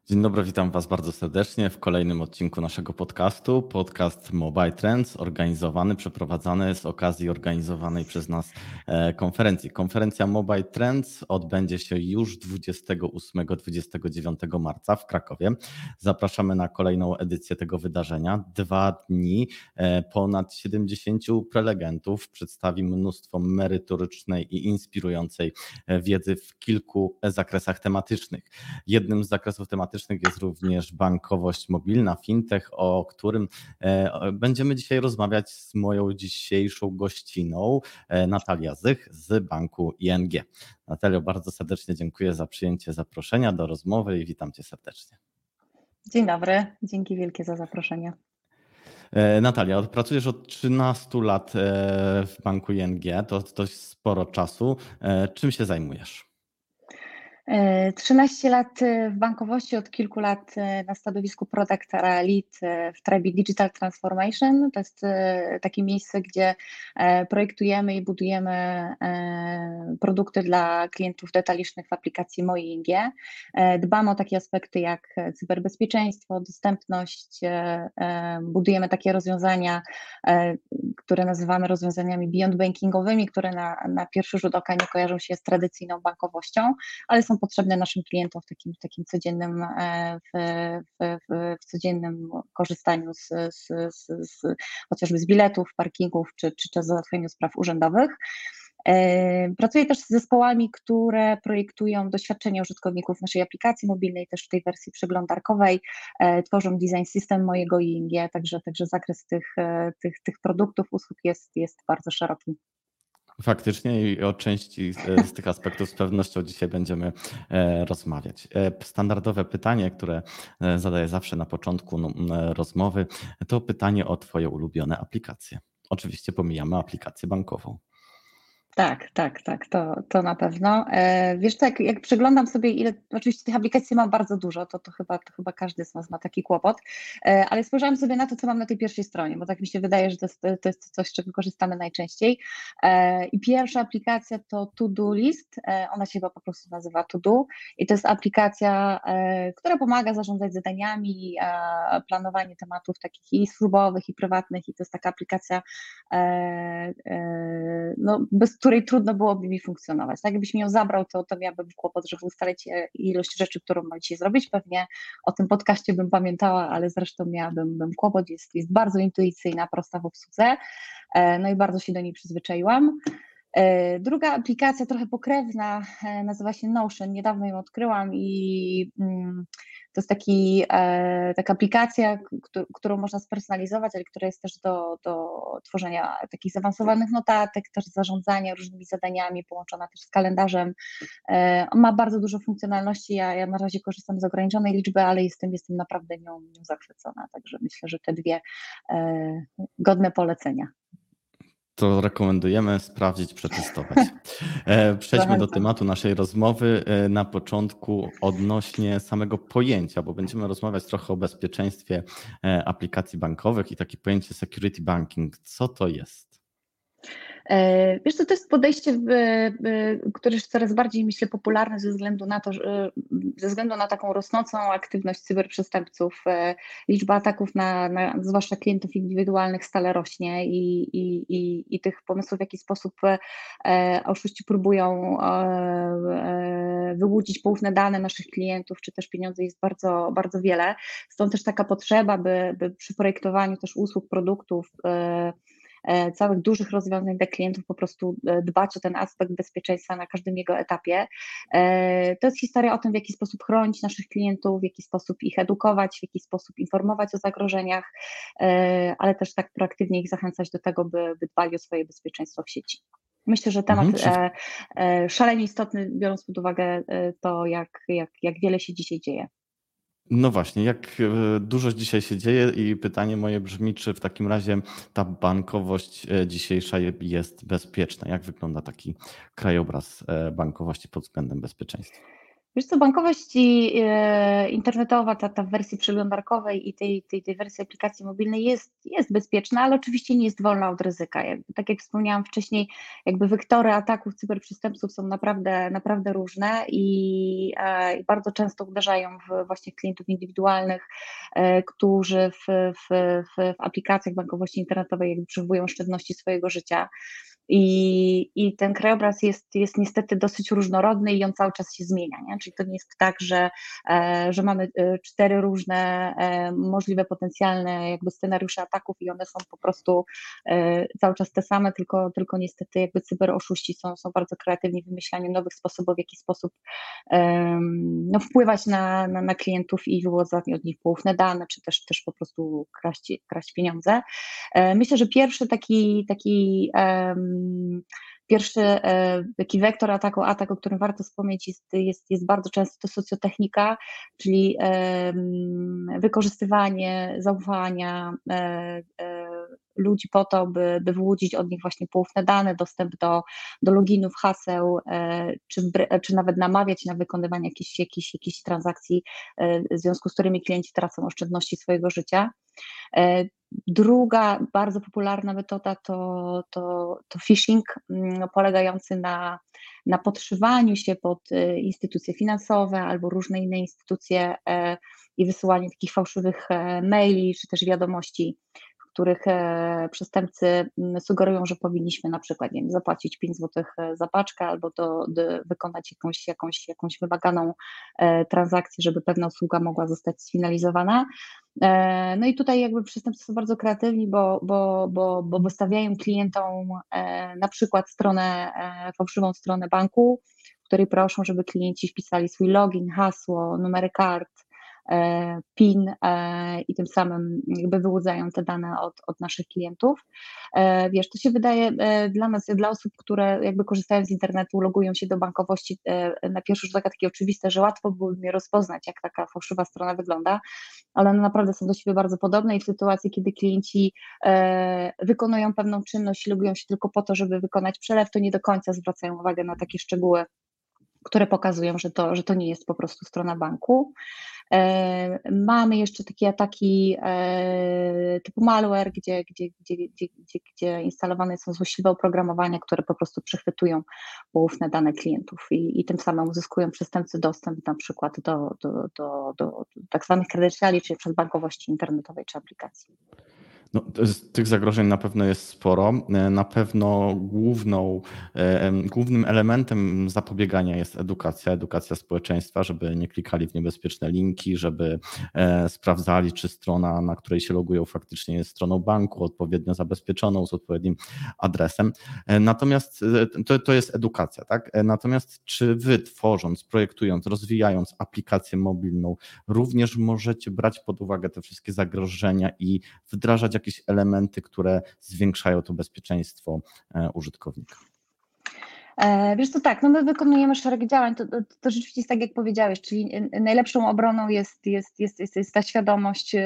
Dzień dobry, witam Was bardzo serdecznie w kolejnym odcinku naszego podcastu. Podcast Mobile Trends, organizowany, przeprowadzany z okazji organizowanej przez nas konferencji. Konferencja Mobile Trends odbędzie się już 28-29 marca w Krakowie. Zapraszamy na kolejną edycję tego wydarzenia. 2 dni, ponad 70 prelegentów przedstawi mnóstwo merytorycznej i inspirującej wiedzy w kilku zakresach tematycznych. Jednym z zakresów tematycznych jest również bankowość mobilna, fintech, o którym będziemy dzisiaj rozmawiać z moją dzisiejszą gościną, Natalia Zych z banku ING. Natalio, bardzo serdecznie dziękuję za przyjęcie zaproszenia do rozmowy i witam Cię serdecznie. Dzień dobry, dzięki wielkie za zaproszenie. Natalia, pracujesz od 13 lat w banku ING, to dość sporo czasu. Czym się zajmujesz? 13 lat w bankowości, od kilku lat na stanowisku Product Lead w trybie Digital Transformation. To jest takie miejsce, gdzie projektujemy i budujemy produkty dla klientów detalicznych w aplikacji Moje ING. Dbamy o takie aspekty jak cyberbezpieczeństwo, dostępność, budujemy takie rozwiązania, które nazywamy rozwiązaniami beyond bankingowymi, które na pierwszy rzut oka nie kojarzą się z tradycyjną bankowością, ale są potrzebne naszym klientom w takim codziennym, w codziennym korzystaniu chociażby z biletów, parkingów czy załatwieniu spraw urzędowych. Pracuję też z zespołami, które projektują doświadczenia użytkowników naszej aplikacji mobilnej, też w tej wersji przeglądarkowej, tworzą design system mojego ING, także zakres tych produktów, usług jest bardzo szeroki. Faktycznie i o części z tych aspektów z pewnością dzisiaj będziemy rozmawiać. Standardowe pytanie, które zadaję zawsze na początku rozmowy, to pytanie o Twoje ulubione aplikacje. Oczywiście pomijamy aplikację bankową. Tak, to na pewno. Wiesz, tak jak przeglądam sobie, oczywiście tych aplikacji mam bardzo dużo, to chyba każdy z nas ma taki kłopot, ale spojrzałam sobie na to, co mam na tej pierwszej stronie, bo tak mi się wydaje, że to jest coś, z czego korzystamy najczęściej. I pierwsza aplikacja to To-Do List, ona się chyba po prostu nazywa To-Do i to jest aplikacja, która pomaga zarządzać zadaniami, planowanie tematów takich i służbowych, i prywatnych, i to jest taka aplikacja, bez której trudno byłoby mi funkcjonować. Tak, jakbyś mi ją zabrał, to miałabym kłopot, żeby ustalić ilość rzeczy, którą mam dzisiaj zrobić. Pewnie o tym podcaście bym pamiętała, ale zresztą miałabym kłopot. Jest bardzo intuicyjna, prosta w obsłudze, no i bardzo się do niej przyzwyczaiłam. Druga aplikacja, trochę pokrewna, nazywa się Notion. Niedawno ją odkryłam i to jest taka aplikacja, którą można spersonalizować, ale która jest też do tworzenia takich zaawansowanych notatek, też zarządzania różnymi zadaniami, połączona też z kalendarzem. Ma bardzo dużo funkcjonalności. Ja na razie korzystam z ograniczonej liczby, ale jestem naprawdę nią zachwycona. Także myślę, że te dwie godne polecenia. To rekomendujemy sprawdzić, przetestować. Przejdźmy do tematu naszej rozmowy. Na początku odnośnie samego pojęcia, bo będziemy rozmawiać trochę o bezpieczeństwie aplikacji bankowych i takie pojęcie security banking. Co to jest? Wiesz co, to jest podejście, które jest coraz bardziej, myślę, popularne ze względu na taką rosnącą aktywność cyberprzestępców. Liczba ataków na zwłaszcza klientów indywidualnych stale rośnie i tych pomysłów, w jaki sposób oszuści próbują wyłudzić poufne dane naszych klientów, czy też pieniądze, jest bardzo, bardzo wiele. Stąd też taka potrzeba, by przy projektowaniu też usług, produktów, całych dużych rozwiązań dla klientów po prostu dbać o ten aspekt bezpieczeństwa na każdym jego etapie. To jest historia o tym, w jaki sposób chronić naszych klientów, w jaki sposób ich edukować, w jaki sposób informować o zagrożeniach, ale też tak proaktywnie ich zachęcać do tego, by dbali o swoje bezpieczeństwo w sieci. Myślę, że temat szalenie istotny, biorąc pod uwagę to, jak wiele się dzisiaj dzieje. No właśnie, jak dużo dzisiaj się dzieje i pytanie moje brzmi, czy w takim razie ta bankowość dzisiejsza jest bezpieczna? Jak wygląda taki krajobraz bankowości pod względem bezpieczeństwa? Wiesz co, bankowość internetowa, ta w wersji przeglądarkowej i tej wersji aplikacji mobilnej jest bezpieczna, ale oczywiście nie jest wolna od ryzyka. Tak jak wspomniałam wcześniej, jakby wektory ataków cyberprzestępców są naprawdę różne i bardzo często uderzają w właśnie klientów indywidualnych, którzy w aplikacjach bankowości internetowej jakby przechowują oszczędności swojego życia. I ten krajobraz jest niestety dosyć różnorodny i on cały czas się zmienia, nie? Czyli to nie jest tak, że mamy 4 różne możliwe potencjalne jakby scenariusze ataków i one są po prostu cały czas te same, tylko niestety jakby cyberoszuści są bardzo kreatywni w wymyślaniu nowych sposobów, w jaki sposób no, wpływać na klientów i wyłudzać od nich poufne dane, czy też po prostu kraść pieniądze. Myślę, że pierwszy taki wektor atak, o którym warto wspomnieć, jest bardzo często to socjotechnika, czyli wykorzystywanie zaufania ludzi po to, by wyłudzić od nich właśnie poufne dane, dostęp do loginów, haseł, czy nawet namawiać na wykonywanie jakichś transakcji, w związku z którymi klienci tracą oszczędności swojego życia. Druga bardzo popularna metoda to phishing, polegający na podszywaniu się pod instytucje finansowe albo różne inne instytucje i wysyłaniu takich fałszywych maili czy też wiadomości, w których przestępcy sugerują, że powinniśmy na przykład, nie wiem, zapłacić 5 zł za paczkę albo wykonać jakąś wymaganą transakcję, żeby pewna usługa mogła zostać sfinalizowana. No i tutaj jakby przestępcy są bardzo kreatywni, bo wystawiają klientom na przykład fałszywą stronę banku, w której proszą, żeby klienci wpisali swój login, hasło, numery kart, PIN i tym samym jakby wyłudzają te dane od naszych klientów. Wiesz, to się wydaje dla nas, dla osób, które jakby korzystają z internetu, logują się do bankowości, na pierwszy rzut oka takie oczywiste, że łatwo byłoby mnie rozpoznać, jak taka fałszywa strona wygląda, ale one naprawdę są do siebie bardzo podobne i w sytuacji, kiedy klienci wykonują pewną czynność i logują się tylko po to, żeby wykonać przelew, to nie do końca zwracają uwagę na takie szczegóły, które pokazują, że to nie jest po prostu strona banku. Mamy jeszcze takie ataki typu malware, gdzie instalowane są złośliwe oprogramowania, które po prostu przechwytują poufne dane klientów i tym samym uzyskują przestępcy dostęp na przykład do tak zwanych kredensiali, czyli przez bankowości internetowej czy aplikacji. No, tych zagrożeń na pewno jest sporo. Na pewno głównym elementem zapobiegania jest edukacja społeczeństwa, żeby nie klikali w niebezpieczne linki, żeby sprawdzali, czy strona, na której się logują, faktycznie jest stroną banku, odpowiednio zabezpieczoną, z odpowiednim adresem. Natomiast to jest edukacja, tak? Natomiast czy wy tworząc, projektując, rozwijając aplikację mobilną, również możecie brać pod uwagę te wszystkie zagrożenia i wdrażać jakieś elementy, które zwiększają to bezpieczeństwo użytkownika? Wiesz co, tak, no my wykonujemy szereg działań, to rzeczywiście jest tak, jak powiedziałeś, czyli najlepszą obroną jest ta świadomość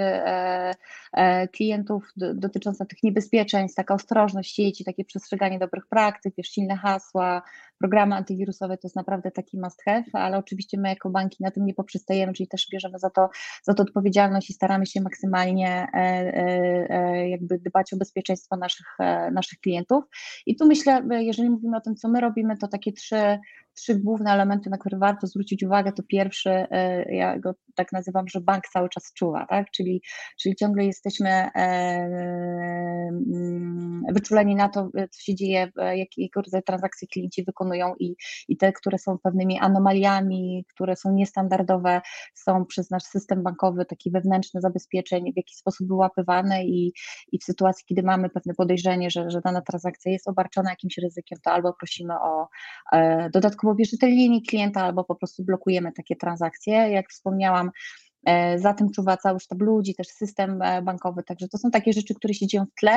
klientów dotycząca tych niebezpieczeństw, taka ostrożność sieci, takie przestrzeganie dobrych praktyk, wiesz, silne hasła, programy antywirusowe to jest naprawdę taki must have, ale oczywiście my jako banki na tym nie poprzestajemy, czyli też bierzemy za to odpowiedzialność i staramy się maksymalnie jakby dbać o bezpieczeństwo naszych klientów. I tu myślę, jeżeli mówimy o tym, co my robimy, to takie trzy główne elementy, na które warto zwrócić uwagę. To pierwszy, ja go tak nazywam, że bank cały czas czuwa, tak? Czyli ciągle jesteśmy wyczuleni na to, co się dzieje, jakiego rodzaju transakcje klienci wykonują i te, które są pewnymi anomaliami, które są niestandardowe, są przez nasz system bankowy, taki wewnętrzny zabezpieczeń, w jakiś sposób wyłapywane i w sytuacji, kiedy mamy pewne podejrzenie, że dana transakcja jest obarczona jakimś ryzykiem, to albo prosimy o dodatkowo uwierzytelnienie klienta, albo po prostu blokujemy takie transakcje. Jak wspomniałam, za tym czuwa cały sztab ludzi, też system bankowy, także to są takie rzeczy, które się dzieją w tle.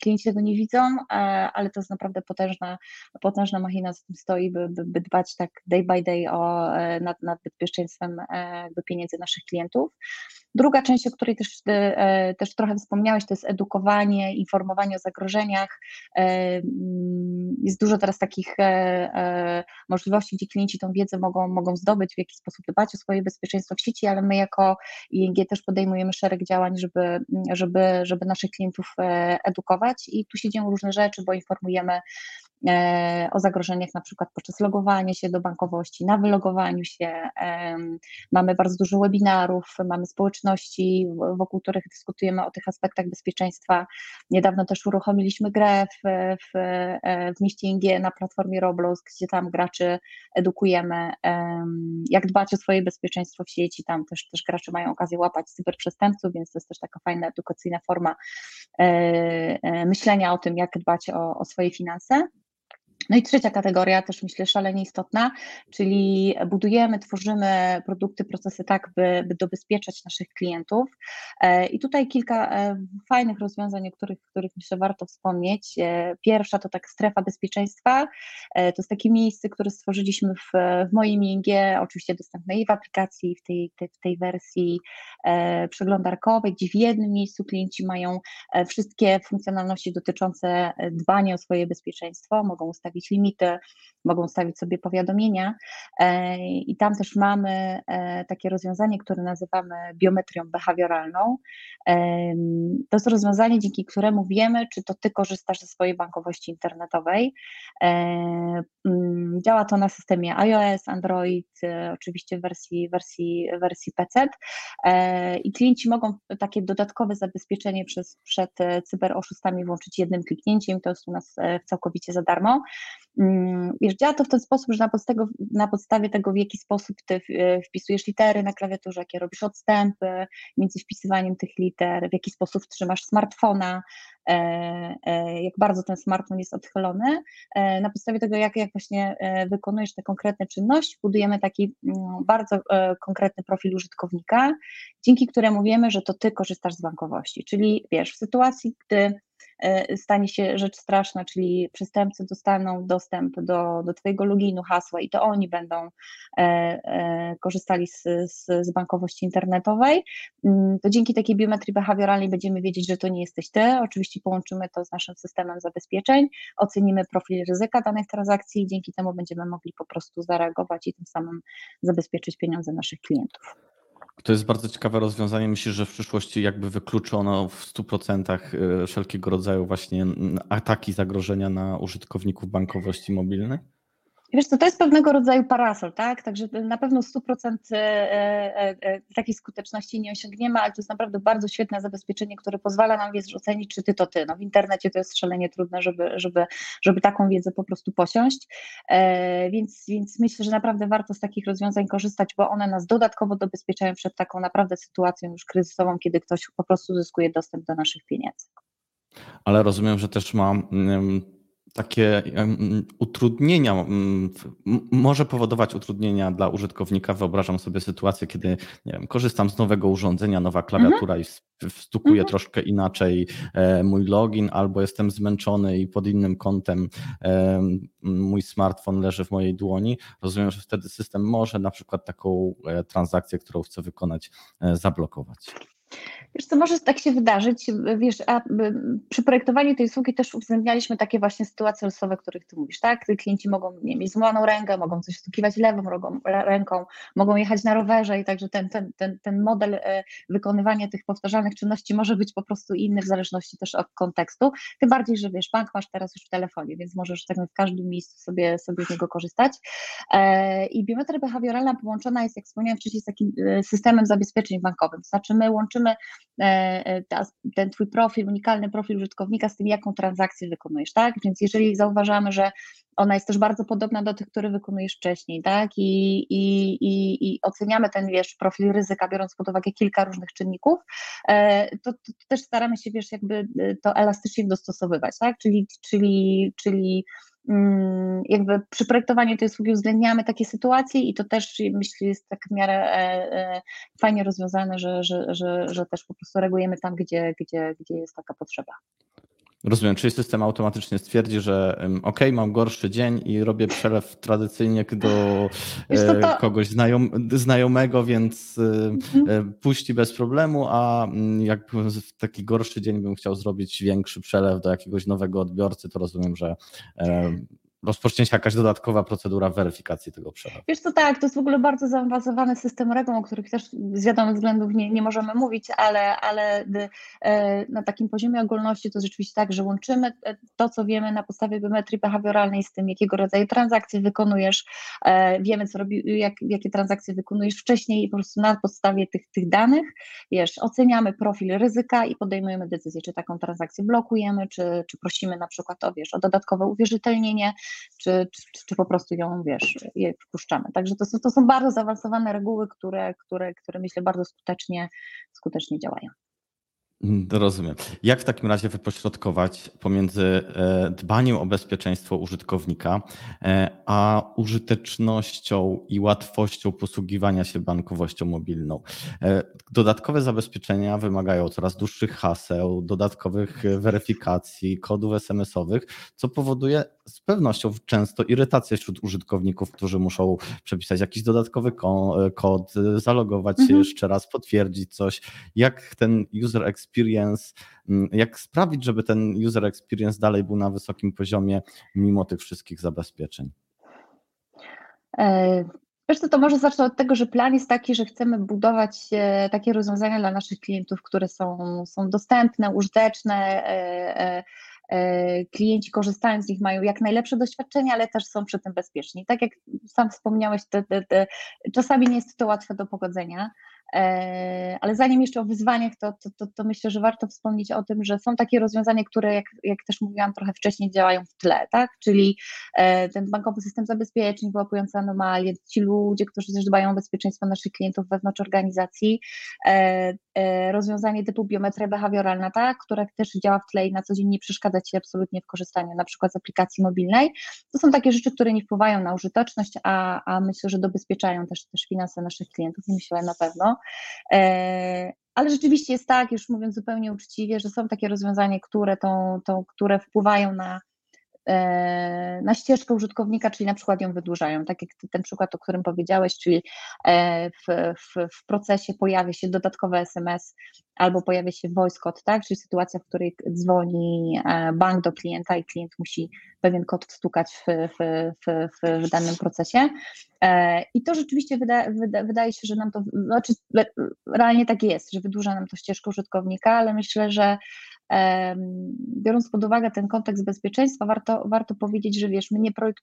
klienci tego nie widzą, ale to jest naprawdę potężna machina za tym stoi, by dbać tak day by day nad bezpieczeństwem jakby pieniędzy naszych klientów. Druga część, o której też trochę wspomniałeś, to jest edukowanie, informowanie o zagrożeniach. Jest dużo teraz takich możliwości, gdzie klienci tą wiedzę mogą zdobyć, w jaki sposób dbać o swoje bezpieczeństwo w sieci, ale my jako ING też podejmujemy szereg działań, żeby naszych klientów edukować i tu się dzieją różne rzeczy, bo informujemy o zagrożeniach na przykład podczas logowania się do bankowości, na wylogowaniu się. Mamy bardzo dużo webinarów, mamy społeczności, wokół których dyskutujemy o tych aspektach bezpieczeństwa. Niedawno też uruchomiliśmy grę w mieście ING na platformie Roblox, gdzie tam graczy edukujemy, jak dbać o swoje bezpieczeństwo w sieci. Tam też gracze mają okazję łapać cyberprzestępców, więc to jest też taka fajna edukacyjna forma myślenia o tym, jak dbać o swoje finanse. No i trzecia kategoria, też myślę szalenie istotna, czyli tworzymy produkty, procesy tak, by dobezpieczać naszych klientów. I tutaj kilka fajnych rozwiązań, o których myślę warto wspomnieć. Pierwsza to tak strefa bezpieczeństwa. To jest takie miejsce, które stworzyliśmy w moim ING, oczywiście dostępne i w aplikacji, w tej wersji przeglądarkowej, gdzie w jednym miejscu klienci mają wszystkie funkcjonalności dotyczące dbania o swoje bezpieczeństwo, mogą ustawić limity, mogą ustawić sobie powiadomienia i tam też mamy takie rozwiązanie, które nazywamy biometrią behawioralną. To jest rozwiązanie, dzięki któremu wiemy, czy to ty korzystasz ze swojej bankowości internetowej. Działa to na systemie iOS, Android, oczywiście w wersji PC i klienci mogą takie dodatkowe zabezpieczenie przed cyberoszustami włączyć jednym kliknięciem, to jest u nas całkowicie za darmo. Wiesz, działa to w ten sposób, że na podstawie tego, w jaki sposób ty wpisujesz litery na klawiaturze, jakie robisz odstępy między wpisywaniem tych liter, w jaki sposób trzymasz smartfona, jak bardzo ten smartfon jest odchylony. Na podstawie tego, jak właśnie wykonujesz te konkretne czynności, budujemy taki bardzo konkretny profil użytkownika, dzięki któremu wiemy, że to ty korzystasz z bankowości. Czyli wiesz, w sytuacji, gdy stanie się rzecz straszna, czyli przestępcy dostaną dostęp do twojego loginu, hasła i to oni będą korzystali z bankowości internetowej, to dzięki takiej biometrii behawioralnej będziemy wiedzieć, że to nie jesteś ty. Oczywiście połączymy to z naszym systemem zabezpieczeń, ocenimy profil ryzyka danych transakcji i dzięki temu będziemy mogli po prostu zareagować i tym samym zabezpieczyć pieniądze naszych klientów. To jest bardzo ciekawe rozwiązanie. Myślę, że w przyszłości jakby wykluczy ono w 100% wszelkiego rodzaju właśnie ataki, zagrożenia na użytkowników bankowości mobilnej? Wiesz co, to jest pewnego rodzaju parasol, tak? Także na pewno 100% takiej skuteczności nie osiągniemy, ale to jest naprawdę bardzo świetne zabezpieczenie, które pozwala nam ocenić, czy ty to ty. No w internecie to jest szalenie trudne, żeby taką wiedzę po prostu posiąść, więc myślę, że naprawdę warto z takich rozwiązań korzystać, bo one nas dodatkowo dobezpieczają przed taką naprawdę sytuacją już kryzysową, kiedy ktoś po prostu zyskuje dostęp do naszych pieniędzy. Ale rozumiem, że też ma takie utrudnienia, może powodować utrudnienia dla użytkownika. Wyobrażam sobie sytuację, kiedy nie wiem, korzystam z nowego urządzenia, nowa klawiatura i wstukuję troszkę inaczej mój login, albo jestem zmęczony i pod innym kątem mój smartfon leży w mojej dłoni. Rozumiem, że wtedy system może na przykład taką transakcję, którą chcę wykonać, zablokować. Wiesz co, może tak się wydarzyć, wiesz, a przy projektowaniu tej usługi też uwzględnialiśmy takie właśnie sytuacje losowe, o których ty mówisz, tak? Klienci mogą mieć złamaną rękę, mogą coś stukiwać lewą ręką, mogą jechać na rowerze i także ten model wykonywania tych powtarzalnych czynności może być po prostu inny w zależności też od kontekstu, tym bardziej, że wiesz, bank masz teraz już w telefonie, więc możesz tak w każdym miejscu sobie z niego korzystać i biometria behawioralna połączona jest, jak wspomniałam wcześniej, z takim systemem zabezpieczeń bankowym, to znaczy my łączymy ten twój profil, unikalny profil użytkownika z tym, jaką transakcję wykonujesz, tak? Więc jeżeli zauważamy, że ona jest też bardzo podobna do tych, które wykonujesz wcześniej, tak? I oceniamy ten, wiesz, profil ryzyka, biorąc pod uwagę kilka różnych czynników, to też staramy się, wiesz, jakby to elastycznie dostosowywać, tak? Czyli jakby przy projektowaniu tej usługi uwzględniamy takie sytuacje i to też, myślę, jest tak w miarę fajnie rozwiązane, że też po prostu reagujemy tam, gdzie jest taka potrzeba. Rozumiem, czyli system automatycznie stwierdzi, że OK, mam gorszy dzień i robię przelew tradycyjnie do Wiesz co, to kogoś znajomego, więc mhm. puści bez problemu, a jak w taki gorszy dzień bym chciał zrobić większy przelew do jakiegoś nowego odbiorcy, to rozumiem, że rozpocznie się jakaś dodatkowa procedura weryfikacji tego przelewu. Wiesz co, tak, to jest w ogóle bardzo zaawansowany system reguł, o których też z wiadomych względów nie możemy mówić, ale na takim poziomie ogólności to rzeczywiście tak, że łączymy to, co wiemy na podstawie biometrii behawioralnej z tym, jakiego rodzaju transakcje wykonujesz, wiemy, jakie transakcje wykonujesz wcześniej i po prostu na podstawie tych danych, wiesz, oceniamy profil ryzyka i podejmujemy decyzję, czy taką transakcję blokujemy, czy prosimy na przykład o dodatkowe uwierzytelnienie, czy po prostu ją, wiesz, je wpuszczamy. Także to są bardzo zaawansowane reguły, które myślę bardzo skutecznie działają. Rozumiem. Jak w takim razie wypośrodkować pomiędzy dbaniem o bezpieczeństwo użytkownika, a użytecznością i łatwością posługiwania się bankowością mobilną? Dodatkowe zabezpieczenia wymagają coraz dłuższych haseł, dodatkowych weryfikacji, kodów SMS-owych, co powoduje z pewnością często irytację wśród użytkowników, którzy muszą przepisać jakiś dodatkowy kod, zalogować się jeszcze raz, potwierdzić coś. Jak ten user experience, jak sprawić, żeby ten user experience dalej był na wysokim poziomie mimo tych wszystkich zabezpieczeń? Wiesz co, to może zacznę od tego, że plan jest taki, że chcemy budować takie rozwiązania dla naszych klientów, które są dostępne, użyteczne, klienci korzystają z nich, mają jak najlepsze doświadczenie, ale też są przy tym bezpieczni. Tak jak sam wspomniałeś, czasami nie jest to łatwe do pogodzenia, ale zanim jeszcze o wyzwaniach, to myślę, że warto wspomnieć o tym, że są takie rozwiązania, które jak też mówiłam trochę wcześniej, działają w tle, tak? Czyli ten bankowy system zabezpieczeń, wyłapujący anomalie, ci ludzie, którzy też dbają o bezpieczeństwo naszych klientów wewnątrz organizacji, rozwiązanie typu biometria behawioralna, tak? Która też działa w tle i na co dzień nie przeszkadza Ci absolutnie w korzystaniu na przykład z aplikacji mobilnej. To są takie rzeczy, które nie wpływają na użyteczność, a myślę, że dobezpieczają też finanse naszych klientów i myślę na pewno. Ale rzeczywiście jest tak, już mówiąc zupełnie uczciwie, że są takie rozwiązania, które wpływają na ścieżkę użytkownika, czyli na przykład ją wydłużają, tak jak ten przykład, o którym powiedziałeś, czyli w procesie pojawia się dodatkowe SMS albo pojawia się voice code, tak, czyli sytuacja, w której dzwoni bank do klienta i klient musi pewien kod wstukać w danym procesie. I to rzeczywiście wydaje się, że nam to, znaczy realnie tak jest, że wydłuża nam to ścieżkę użytkownika, ale myślę, że biorąc pod uwagę ten kontekst bezpieczeństwa, warto powiedzieć, że wiesz, my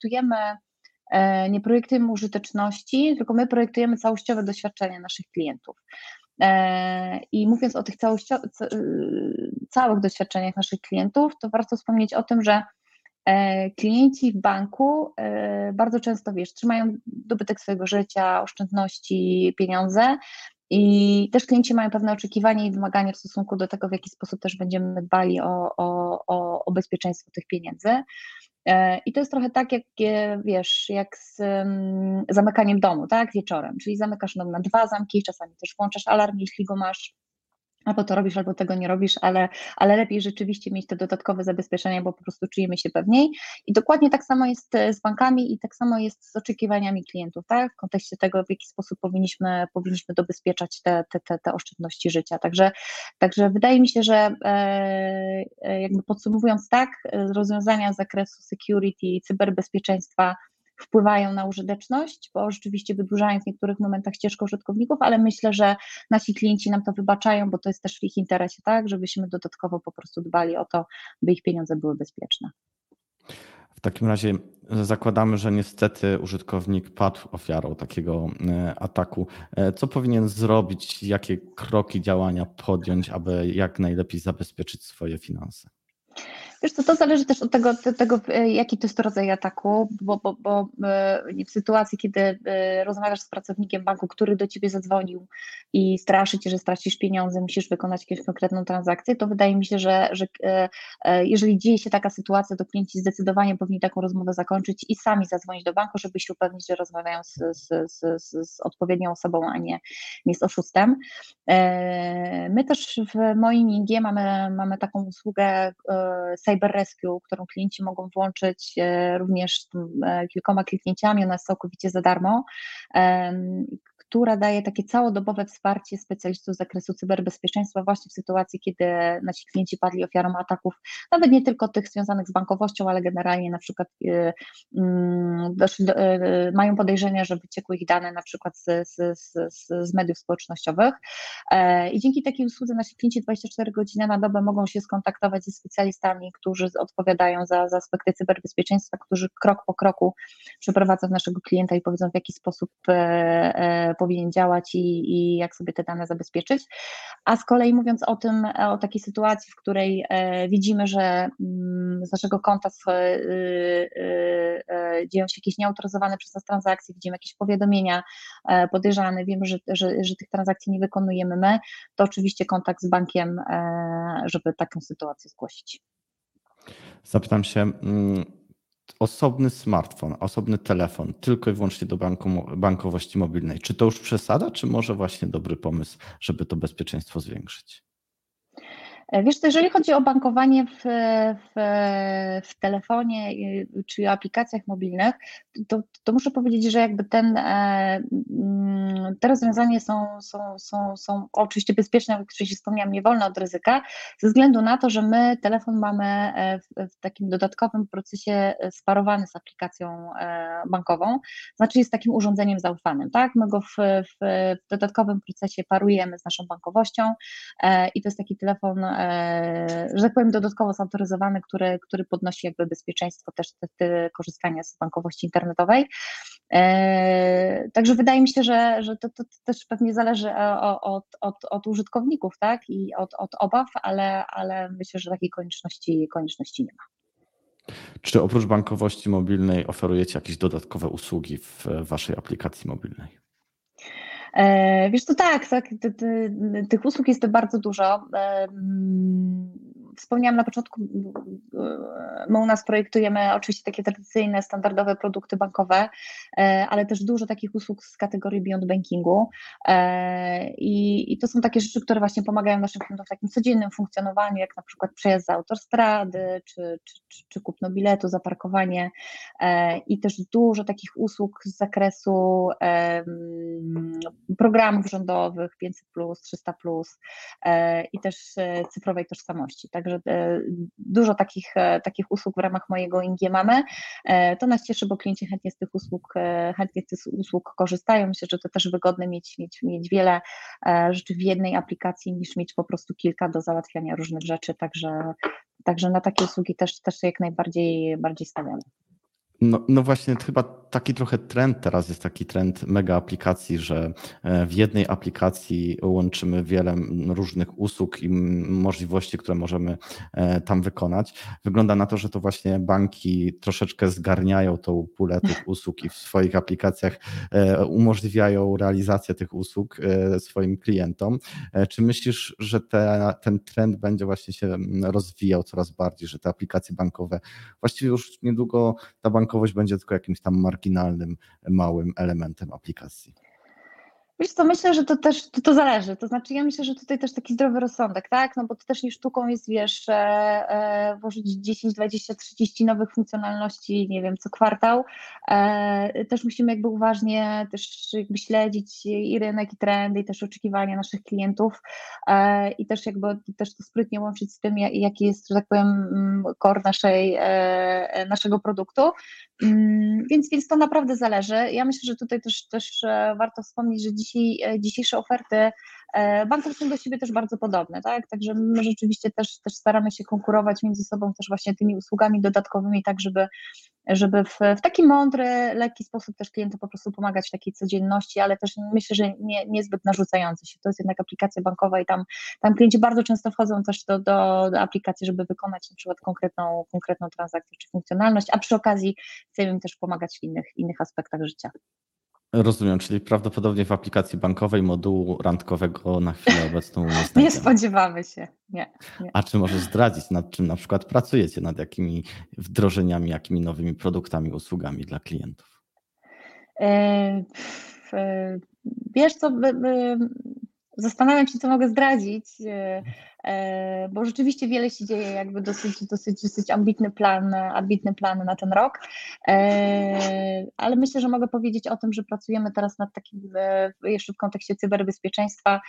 nie projektujemy użyteczności, tylko my projektujemy całościowe doświadczenie naszych klientów. I mówiąc o tych całych doświadczeniach naszych klientów, to warto wspomnieć o tym, że klienci w banku bardzo często, wiesz, trzymają dobytek swojego życia, oszczędności, pieniądze i też klienci mają pewne oczekiwania i wymagania w stosunku do tego, w jaki sposób też będziemy dbali o bezpieczeństwo tych pieniędzy. I to jest trochę tak, jak z zamykaniem domu, tak, wieczorem, czyli zamykasz dom na 2 zamki, czasami też włączasz alarm, jeśli go masz, albo to robisz, albo tego nie robisz, ale lepiej rzeczywiście mieć te dodatkowe zabezpieczenia, bo po prostu czujemy się pewniej. I dokładnie tak samo jest z bankami i tak samo jest z oczekiwaniami klientów, tak? W kontekście tego, w jaki sposób powinniśmy dobezpieczać te oszczędności życia. Także wydaje mi się, że jakby podsumowując tak, rozwiązania z zakresu security, cyberbezpieczeństwa wpływają na użyteczność, bo rzeczywiście wydłużają w niektórych momentach ścieżkę użytkowników, ale myślę, że nasi klienci nam to wybaczają, bo to jest też w ich interesie, tak, żebyśmy dodatkowo po prostu dbali o to, by ich pieniądze były bezpieczne. W takim razie zakładamy, że niestety użytkownik padł ofiarą takiego ataku. Co powinien zrobić, jakie kroki, działania podjąć, aby jak najlepiej zabezpieczyć swoje finanse? Wiesz co, to zależy też od tego, jaki to jest rodzaj ataku, bo w sytuacji, kiedy rozmawiasz z pracownikiem banku, który do ciebie zadzwonił i straszy cię, że stracisz pieniądze, musisz wykonać jakąś konkretną transakcję, to wydaje mi się, że jeżeli dzieje się taka sytuacja, to klienci zdecydowanie powinni taką rozmowę zakończyć i sami zadzwonić do banku, żeby się upewnić, że rozmawiają z odpowiednią osobą, a nie z oszustem. My też w moim ING mamy taką usługę Cyber Rescue, którą klienci mogą włączyć również kilkoma kliknięciami, ona jest całkowicie za darmo, która daje takie całodobowe wsparcie specjalistów z zakresu cyberbezpieczeństwa właśnie w sytuacji, kiedy nasi klienci padli ofiarą ataków, nawet nie tylko tych związanych z bankowością, ale generalnie na przykład mają podejrzenia, że wyciekły ich dane na przykład z mediów społecznościowych i dzięki takiej usłudze nasi klienci 24 godziny na dobę mogą się skontaktować ze specjalistami, którzy odpowiadają za aspekty cyberbezpieczeństwa, którzy krok po kroku przeprowadzą naszego klienta i powiedzą, w jaki sposób powinien działać i jak sobie te dane zabezpieczyć. A z kolei mówiąc o takiej sytuacji, w której widzimy, że z naszego konta dzieją się jakieś nieautoryzowane przez nas transakcje, widzimy jakieś powiadomienia podejrzane, wiemy, że tych transakcji nie wykonujemy my, to oczywiście kontakt z bankiem, żeby taką sytuację zgłosić. Zapytam się, osobny smartfon, osobny telefon, tylko i wyłącznie do bankowości mobilnej. Czy to już przesada, czy może właśnie dobry pomysł, żeby to bezpieczeństwo zwiększyć? Wiesz, to jeżeli chodzi o bankowanie w telefonie czy aplikacjach mobilnych, to muszę powiedzieć, że jakby te rozwiązania są oczywiście bezpieczne, jak wcześniej wspomniałam, nie wolne od ryzyka, ze względu na to, że my telefon mamy w takim dodatkowym procesie sparowany z aplikacją bankową, znaczy jest takim urządzeniem zaufanym, tak? My go w dodatkowym procesie parujemy z naszą bankowością i to jest taki telefon, że tak powiem, dodatkowo zautoryzowany, który podnosi jakby bezpieczeństwo też korzystania z bankowości internetowej. Także wydaje mi się, że to też pewnie zależy od użytkowników, tak, i od obaw, ale myślę, że takiej konieczności nie ma. Czy oprócz bankowości mobilnej oferujecie jakieś dodatkowe usługi w waszej aplikacji mobilnej? Wiesz, to tak, tych usług jest bardzo dużo. Wspomniałam na początku, my u nas projektujemy oczywiście takie tradycyjne, standardowe produkty bankowe, ale też dużo takich usług z kategorii beyond bankingu i to są takie rzeczy, które właśnie pomagają naszym klientom w takim codziennym funkcjonowaniu, jak na przykład przejazd za autostrady, czy kupno biletu, zaparkowanie i też dużo takich usług z zakresu programów rządowych 500+, 300+, i też cyfrowej tożsamości. Także dużo takich usług w ramach mojego ING mamy. To nas cieszy, bo klienci chętnie z tych usług korzystają. Myślę, że to też wygodne mieć wiele rzeczy w jednej aplikacji niż mieć po prostu kilka do załatwiania różnych rzeczy. Także na takie usługi też jak najbardziej stawiamy. No właśnie, chyba taki trochę trend teraz jest, taki trend mega aplikacji, że w jednej aplikacji łączymy wiele różnych usług i możliwości, które możemy tam wykonać. Wygląda na to, że to właśnie banki troszeczkę zgarniają tą pulę tych usług i w swoich aplikacjach umożliwiają realizację tych usług swoim klientom. Czy myślisz, że ten trend będzie właśnie się rozwijał coraz bardziej, że te aplikacje bankowe, właściwie już niedługo ta bankowość będzie tylko jakimś tam marginalnym, małym elementem aplikacji? Wiesz co, myślę, że to też to zależy, to znaczy ja myślę, że tutaj też taki zdrowy rozsądek, tak, no bo to też nie sztuką jest, wiesz, włożyć 10, 20, 30 nowych funkcjonalności, nie wiem, co kwartał, też musimy jakby uważnie też jakby śledzić i rynek, i trendy, i też oczekiwania naszych klientów i też jakby też to sprytnie łączyć z tym, jaki jest, że tak powiem, core naszego produktu, więc to naprawdę zależy. Ja myślę, że tutaj też warto wspomnieć, że dzisiejsze oferty banków są do siebie też bardzo podobne, tak? Także my rzeczywiście też staramy się konkurować między sobą też właśnie tymi usługami dodatkowymi, tak żeby w taki mądry, lekki sposób też klientom po prostu pomagać w takiej codzienności, ale też myślę, że niezbyt narzucający się. To jest jednak aplikacja bankowa i tam klienci bardzo często wchodzą też do aplikacji, żeby wykonać na przykład konkretną transakcję czy funkcjonalność, a przy okazji chcemy im też pomagać w innych aspektach życia. Rozumiem, czyli prawdopodobnie w aplikacji bankowej modułu randkowego na chwilę obecną nie znajdziemy. Nie spodziewamy się, nie. A czy możesz zdradzić, nad czym na przykład pracujecie, nad jakimi wdrożeniami, jakimi nowymi produktami, usługami dla klientów? Wiesz co, zastanawiam się, co mogę zdradzić. bo rzeczywiście wiele się dzieje, jakby dosyć ambitny plan na ten rok, ale myślę, że mogę powiedzieć o tym, że pracujemy teraz nad takim, jeszcze w kontekście cyberbezpieczeństwa,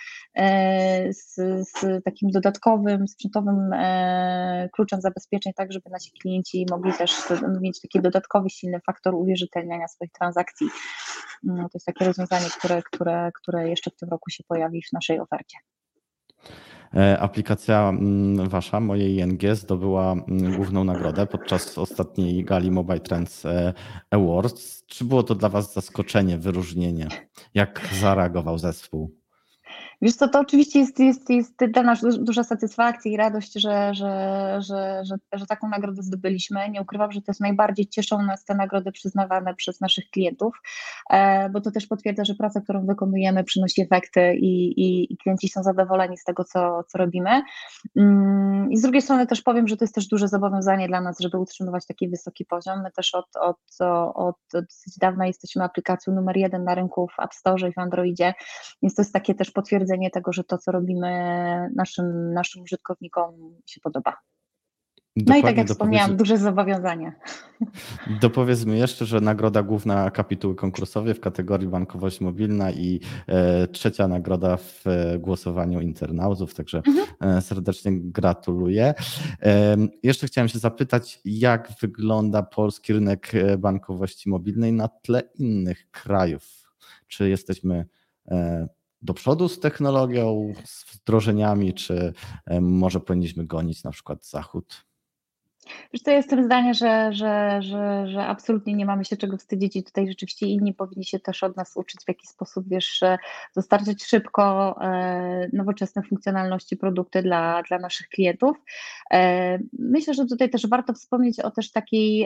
z takim dodatkowym, sprzętowym kluczem zabezpieczeń, tak żeby nasi klienci mogli też mieć taki dodatkowy, silny faktor uwierzytelniania swoich transakcji. To jest takie rozwiązanie, które jeszcze w tym roku się pojawi w naszej ofercie. Aplikacja wasza, moje ING, zdobyła główną nagrodę podczas ostatniej gali Mobile Trends Awards. Czy było to dla was zaskoczenie, wyróżnienie? Jak zareagował zespół? Wiesz co, to oczywiście jest dla nas duża satysfakcja i radość, że taką nagrodę zdobyliśmy. Nie ukrywam, że to jest najbardziej cieszą nas te nagrody przyznawane przez naszych klientów, bo to też potwierdza, że praca, którą wykonujemy, przynosi efekty i klienci są zadowoleni z tego, co robimy. I z drugiej strony też powiem, że to jest też duże zobowiązanie dla nas, żeby utrzymywać taki wysoki poziom. My też od dosyć dawna jesteśmy aplikacją numer 1 na rynku w App Store i w Androidzie, więc to jest takie też potwierdzenie tego, że to, co robimy naszym użytkownikom się podoba. No i tak jak wspomniałam, duże zobowiązanie. Dopowiedzmy jeszcze, że nagroda główna kapituły konkursowej w kategorii bankowość mobilna i trzecia nagroda w głosowaniu internautów, także serdecznie gratuluję. Jeszcze chciałem się zapytać, jak wygląda polski rynek bankowości mobilnej na tle innych krajów? Czy jesteśmy do przodu z technologią, z wdrożeniami, czy może powinniśmy gonić na przykład Zachód? Wiesz co, jestem zdania, że absolutnie nie mamy się czego wstydzić i tutaj rzeczywiście inni powinni się też od nas uczyć, w jaki sposób, wiesz, dostarczyć szybko nowoczesne funkcjonalności, produkty dla naszych klientów. Myślę, że tutaj też warto wspomnieć o też takiej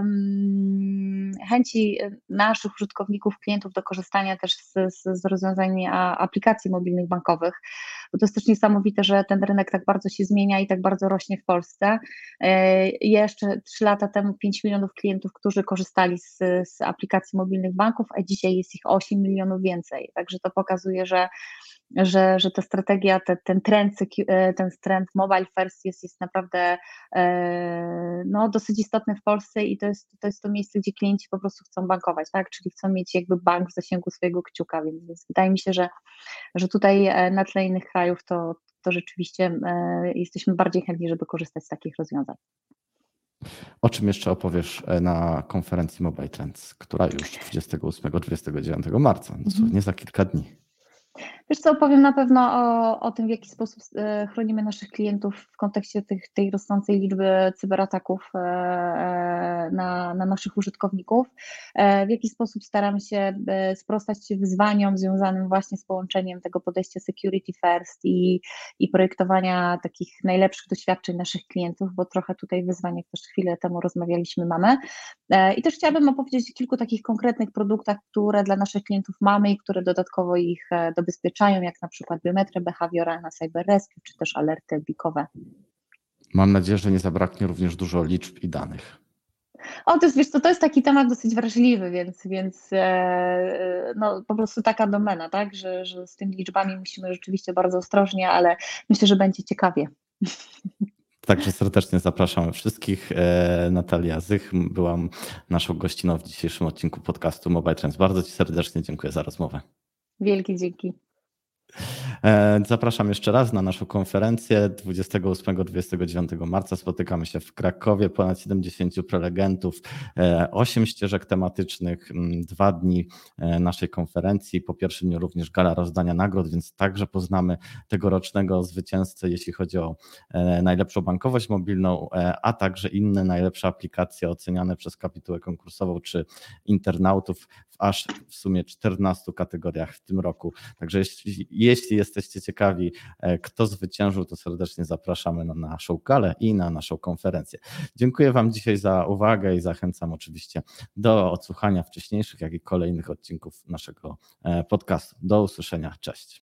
chęci naszych użytkowników, klientów do korzystania też z rozwiązań aplikacji mobilnych bankowych, bo to jest też niesamowite, że ten rynek tak bardzo się zmienia i tak bardzo rośnie w Polsce. Jeszcze 3 lata temu 5 milionów klientów, którzy korzystali z aplikacji mobilnych banków, a dzisiaj jest ich 8 milionów więcej. Także to pokazuje, że ta strategia, ten trend mobile first jest naprawdę dosyć istotny w Polsce i to jest to miejsce, gdzie klienci po prostu chcą bankować, tak? Czyli chcą mieć jakby bank w zasięgu swojego kciuka, więc wydaje mi się, że tutaj na tle innych krajów to rzeczywiście jesteśmy bardziej chętni, żeby korzystać z takich rozwiązań. O czym jeszcze opowiesz na konferencji Mobile Trends, która już 28-29 marca, dosłownie za kilka dni? Wiesz co, opowiem na pewno o tym, w jaki sposób chronimy naszych klientów w kontekście tej rosnącej liczby cyberataków na naszych użytkowników, w jaki sposób staramy się sprostać wyzwaniom związanym właśnie z połączeniem tego podejścia security first i projektowania takich najlepszych doświadczeń naszych klientów, bo trochę tutaj wyzwań, jak też chwilę temu rozmawialiśmy, mamy. I też chciałabym opowiedzieć o kilku takich konkretnych produktach, które dla naszych klientów mamy i które dodatkowo ich dobezpieczają, jak na przykład biometria behawioralna, cyber rescue, czy też alerty BIK-owe. Mam nadzieję, że nie zabraknie również dużo liczb i danych. To jest taki temat dosyć wrażliwy, więc po prostu taka domena, tak, że z tymi liczbami musimy rzeczywiście bardzo ostrożnie, ale myślę, że będzie ciekawie. Także serdecznie zapraszamy wszystkich. Natalia Zych była naszą gościną w dzisiejszym odcinku podcastu Mobile Trends. Bardzo Ci serdecznie dziękuję za rozmowę. Wielkie dzięki. Zapraszam jeszcze raz na naszą konferencję 28-29 marca. Spotykamy się w Krakowie, ponad 70 prelegentów, 8 ścieżek tematycznych, 2 dni naszej konferencji. Po pierwszym dniu również gala rozdania nagród, więc także poznamy tegorocznego zwycięzcę, jeśli chodzi o najlepszą bankowość mobilną, a także inne najlepsze aplikacje oceniane przez kapitułę konkursową czy internautów aż w sumie 14 kategoriach w tym roku. Także jeśli jesteście ciekawi, kto zwyciężył, to serdecznie zapraszamy na naszą galę i na naszą konferencję. Dziękuję Wam dzisiaj za uwagę i zachęcam oczywiście do odsłuchania wcześniejszych, jak i kolejnych odcinków naszego podcastu. Do usłyszenia. Cześć.